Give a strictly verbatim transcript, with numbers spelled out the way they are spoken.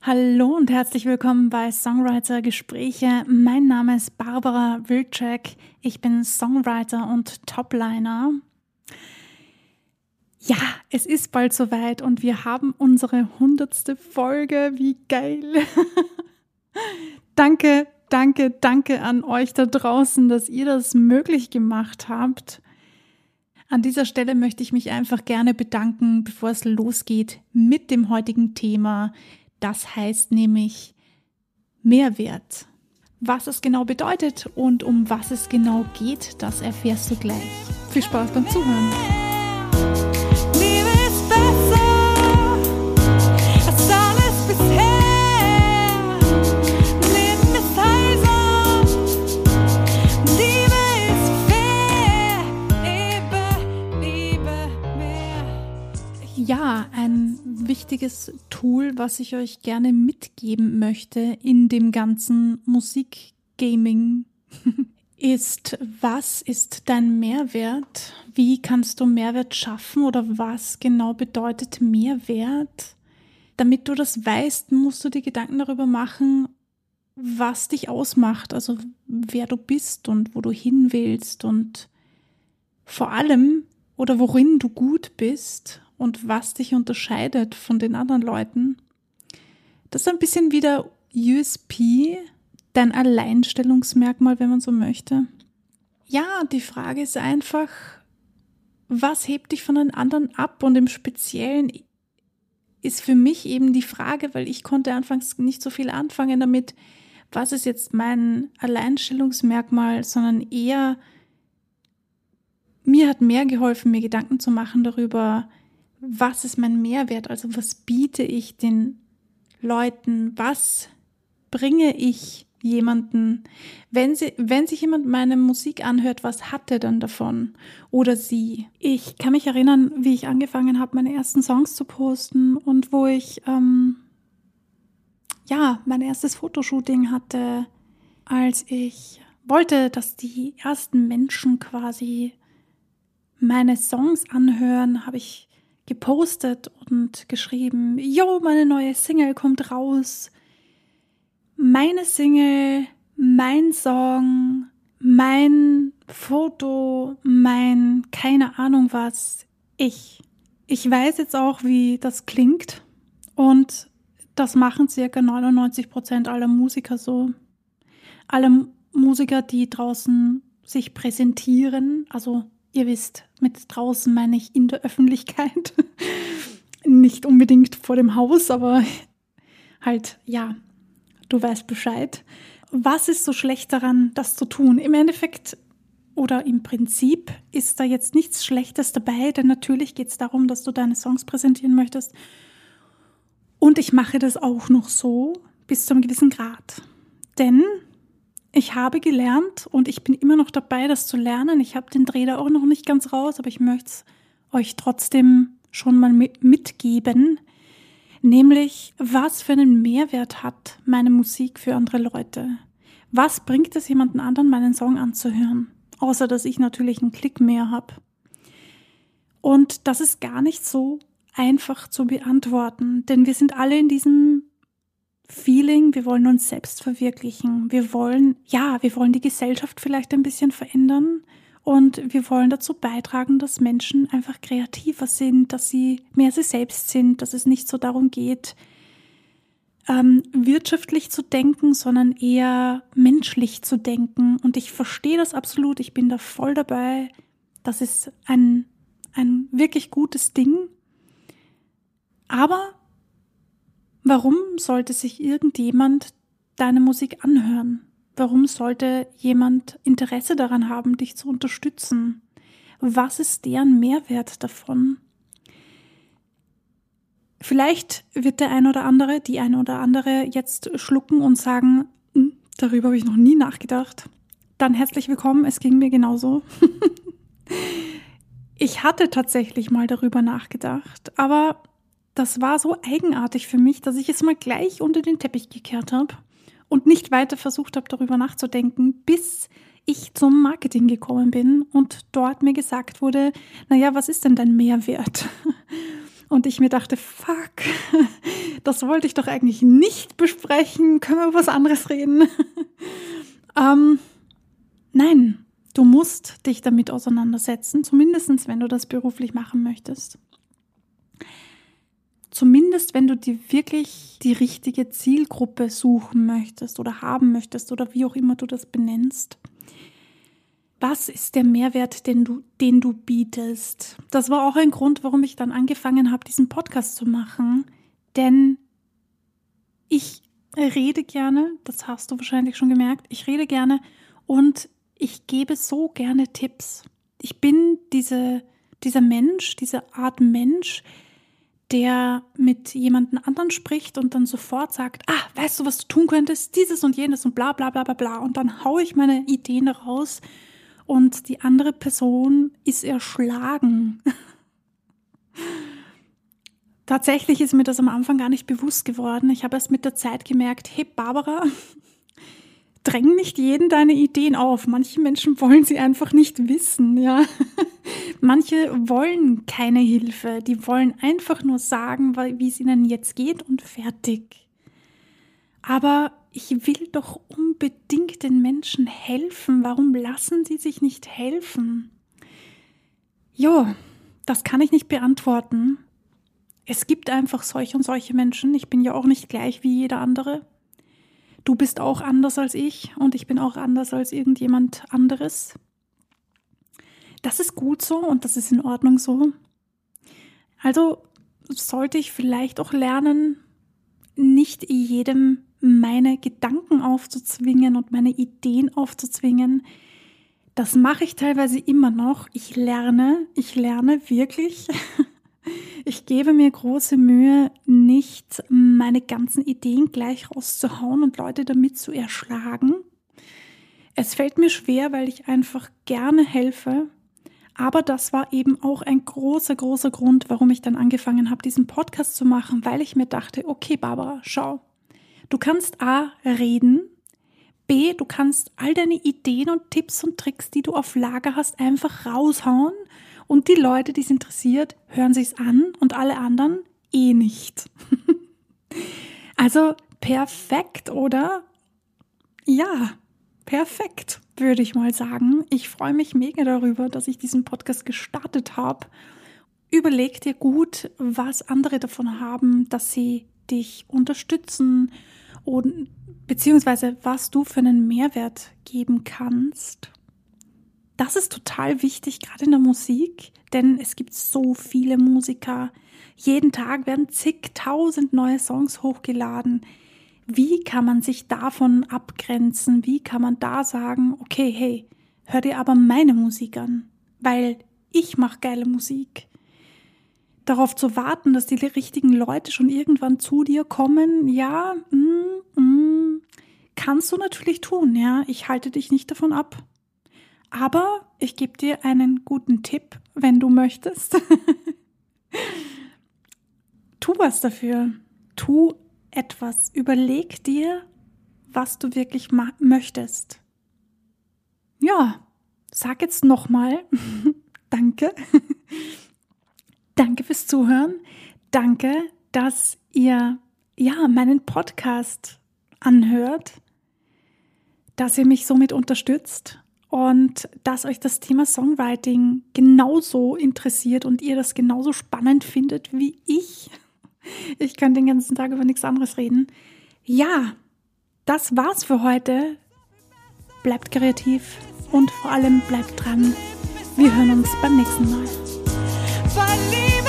Hallo und herzlich willkommen bei Songwriter Gespräche. Mein Name ist Barbara Wilczek. Ich bin Songwriter und Topliner. Ja, es ist bald soweit und wir haben unsere hundertste Folge. Wie geil! Danke, danke, danke an euch da draußen, dass ihr das möglich gemacht habt. An dieser Stelle möchte ich mich einfach gerne bedanken, bevor es losgeht mit dem heutigen Thema. Das heißt nämlich Mehrwert. Was es genau bedeutet und um was es genau geht, das erfährst du gleich. Viel Spaß beim Zuhören. Liebe ist besser als alles bisher. Leben ist heiser. Liebe ist fair. Liebe, Liebe mehr. Ja, ein wichtiges Tool, was ich euch gerne mitgeben möchte in dem ganzen Musikgaming ist, was ist dein Mehrwert? Wie kannst du Mehrwert schaffen oder was genau bedeutet Mehrwert? Damit du das weißt, musst du dir Gedanken darüber machen, was dich ausmacht, also wer du bist und wo du hin willst und vor allem oder worin du gut bist und was dich unterscheidet von den anderen Leuten. Das ist ein bisschen wie der U S P, dein Alleinstellungsmerkmal, wenn man so möchte. Ja, die Frage ist einfach, was hebt dich von den anderen ab? Und im Speziellen ist für mich eben die Frage, weil ich konnte anfangs nicht so viel anfangen damit, was ist jetzt mein Alleinstellungsmerkmal, sondern eher, mir hat mehr geholfen, mir Gedanken zu machen darüber, was ist mein Mehrwert, also was biete ich den Leuten, was bringe ich jemanden, wenn sie, wenn sich jemand meine Musik anhört, was hat er dann davon oder sie? Ich kann mich erinnern, wie ich angefangen habe, meine ersten Songs zu posten und wo ich ähm, ja mein erstes Fotoshooting hatte, als ich wollte, dass die ersten Menschen quasi meine Songs anhören, habe ich gepostet und geschrieben, yo, meine neue Single kommt raus. Meine Single, mein Song, mein Foto, mein keine Ahnung was, ich. Ich weiß jetzt auch, wie das klingt und das machen circa neunundneunzig Prozent aller Musiker so. Alle Musiker, die draußen sich präsentieren, also ihr wisst, mit draußen meine ich in der Öffentlichkeit, nicht unbedingt vor dem Haus, aber halt, ja, du weißt Bescheid. Was ist so schlecht daran, das zu tun? Im Endeffekt oder im Prinzip ist da jetzt nichts Schlechtes dabei, denn natürlich geht es darum, dass du deine Songs präsentieren möchtest. Und ich mache das auch noch so bis zu einem gewissen Grad. Denn ich habe gelernt und ich bin immer noch dabei, das zu lernen. Ich habe den Dreh da auch noch nicht ganz raus, aber ich möchte es euch trotzdem schon mal mitgeben. Nämlich, was für einen Mehrwert hat meine Musik für andere Leute? Was bringt es jemanden anderen, meinen Song anzuhören? Außer, dass ich natürlich einen Klick mehr habe. Und das ist gar nicht so einfach zu beantworten, denn wir sind alle in diesem Feeling, wir wollen uns selbst verwirklichen. Wir wollen, ja, wir wollen die Gesellschaft vielleicht ein bisschen verändern und wir wollen dazu beitragen, dass Menschen einfach kreativer sind, dass sie mehr sie selbst sind, dass es nicht so darum geht, ähm, wirtschaftlich zu denken, sondern eher menschlich zu denken. Und ich verstehe das absolut, ich bin da voll dabei. Das ist ein, ein wirklich gutes Ding. Aber warum sollte sich irgendjemand deine Musik anhören? Warum sollte jemand Interesse daran haben, dich zu unterstützen? Was ist deren Mehrwert davon? Vielleicht wird der ein oder andere, die ein oder andere jetzt schlucken und sagen, darüber habe ich noch nie nachgedacht. Dann herzlich willkommen, es ging mir genauso. Ich hatte tatsächlich mal darüber nachgedacht, aber das war so eigenartig für mich, dass ich es mal gleich unter den Teppich gekehrt habe und nicht weiter versucht habe, darüber nachzudenken, bis ich zum Marketing gekommen bin und dort mir gesagt wurde, naja, was ist denn dein Mehrwert? und ich mir dachte, fuck, das wollte ich doch eigentlich nicht besprechen, können wir über was anderes reden? ähm, nein, du musst dich damit auseinandersetzen, zumindest wenn du das beruflich machen möchtest. Zumindest wenn du dir wirklich die richtige Zielgruppe suchen möchtest oder haben möchtest oder wie auch immer du das benennst. Was ist der Mehrwert, den du, den du bietest? Das war auch ein Grund, warum ich dann angefangen habe, diesen Podcast zu machen. Denn ich rede gerne, das hast du wahrscheinlich schon gemerkt, ich rede gerne und ich gebe so gerne Tipps. Ich bin diese, dieser Mensch, diese Art Mensch, der mit jemandem anderen spricht und dann sofort sagt, ah, weißt du, was du tun könntest? Dieses und jenes und bla bla bla bla bla. Und dann haue ich meine Ideen raus und die andere Person ist erschlagen. Tatsächlich ist mir das am Anfang gar nicht bewusst geworden. Ich habe erst mit der Zeit gemerkt, hey Barbara, dräng nicht jeden deine Ideen auf. Manche Menschen wollen sie einfach nicht wissen, ja. Manche wollen keine Hilfe. Die wollen einfach nur sagen, wie es ihnen jetzt geht und fertig. Aber ich will doch unbedingt den Menschen helfen. Warum lassen sie sich nicht helfen? Jo, das kann ich nicht beantworten. Es gibt einfach solche und solche Menschen. Ich bin ja auch nicht gleich wie jeder andere. Du bist auch anders als ich und ich bin auch anders als irgendjemand anderes. Das ist gut so und das ist in Ordnung so. Also sollte ich vielleicht auch lernen, nicht jedem meine Gedanken aufzuzwingen und meine Ideen aufzuzwingen. Das mache ich teilweise immer noch. Ich lerne, ich lerne wirklich. Ich gebe mir große Mühe, nicht meine ganzen Ideen gleich rauszuhauen und Leute damit zu erschlagen. Es fällt mir schwer, weil ich einfach gerne helfe. Aber das war eben auch ein großer, großer Grund, warum ich dann angefangen habe, diesen Podcast zu machen, weil ich mir dachte, okay Barbara, schau, du kannst A, reden, B, du kannst all deine Ideen und Tipps und Tricks, die du auf Lager hast, einfach raushauen und die Leute, die es interessiert, hören sich's an und alle anderen eh nicht. Also perfekt, oder? Ja, perfekt, würde ich mal sagen. Ich freue mich mega darüber, dass ich diesen Podcast gestartet habe. Überleg dir gut, was andere davon haben, dass sie dich unterstützen und beziehungsweise was du für einen Mehrwert geben kannst. Das ist total wichtig, gerade in der Musik, denn es gibt so viele Musiker. Jeden Tag werden zigtausend neue Songs hochgeladen. Wie kann man sich davon abgrenzen? Wie kann man da sagen, okay, hey, hör dir aber meine Musik an, weil ich mache geile Musik. Darauf zu warten, dass die richtigen Leute schon irgendwann zu dir kommen, ja, mm, mm, kannst du natürlich tun, ja. Ich halte dich nicht davon ab. Aber ich gebe dir einen guten Tipp, wenn du möchtest. Tu was dafür. Tu etwas. Überleg dir, was du wirklich ma- möchtest. Ja, sag jetzt nochmal danke. Danke fürs Zuhören. Danke, dass ihr ja meinen Podcast anhört, dass ihr mich somit unterstützt und dass euch das Thema Songwriting genauso interessiert und ihr das genauso spannend findet wie ich. Ich kann den ganzen Tag über nichts anderes reden. Ja, das war's für heute. Bleibt kreativ und vor allem bleibt dran. Wir hören uns beim nächsten Mal.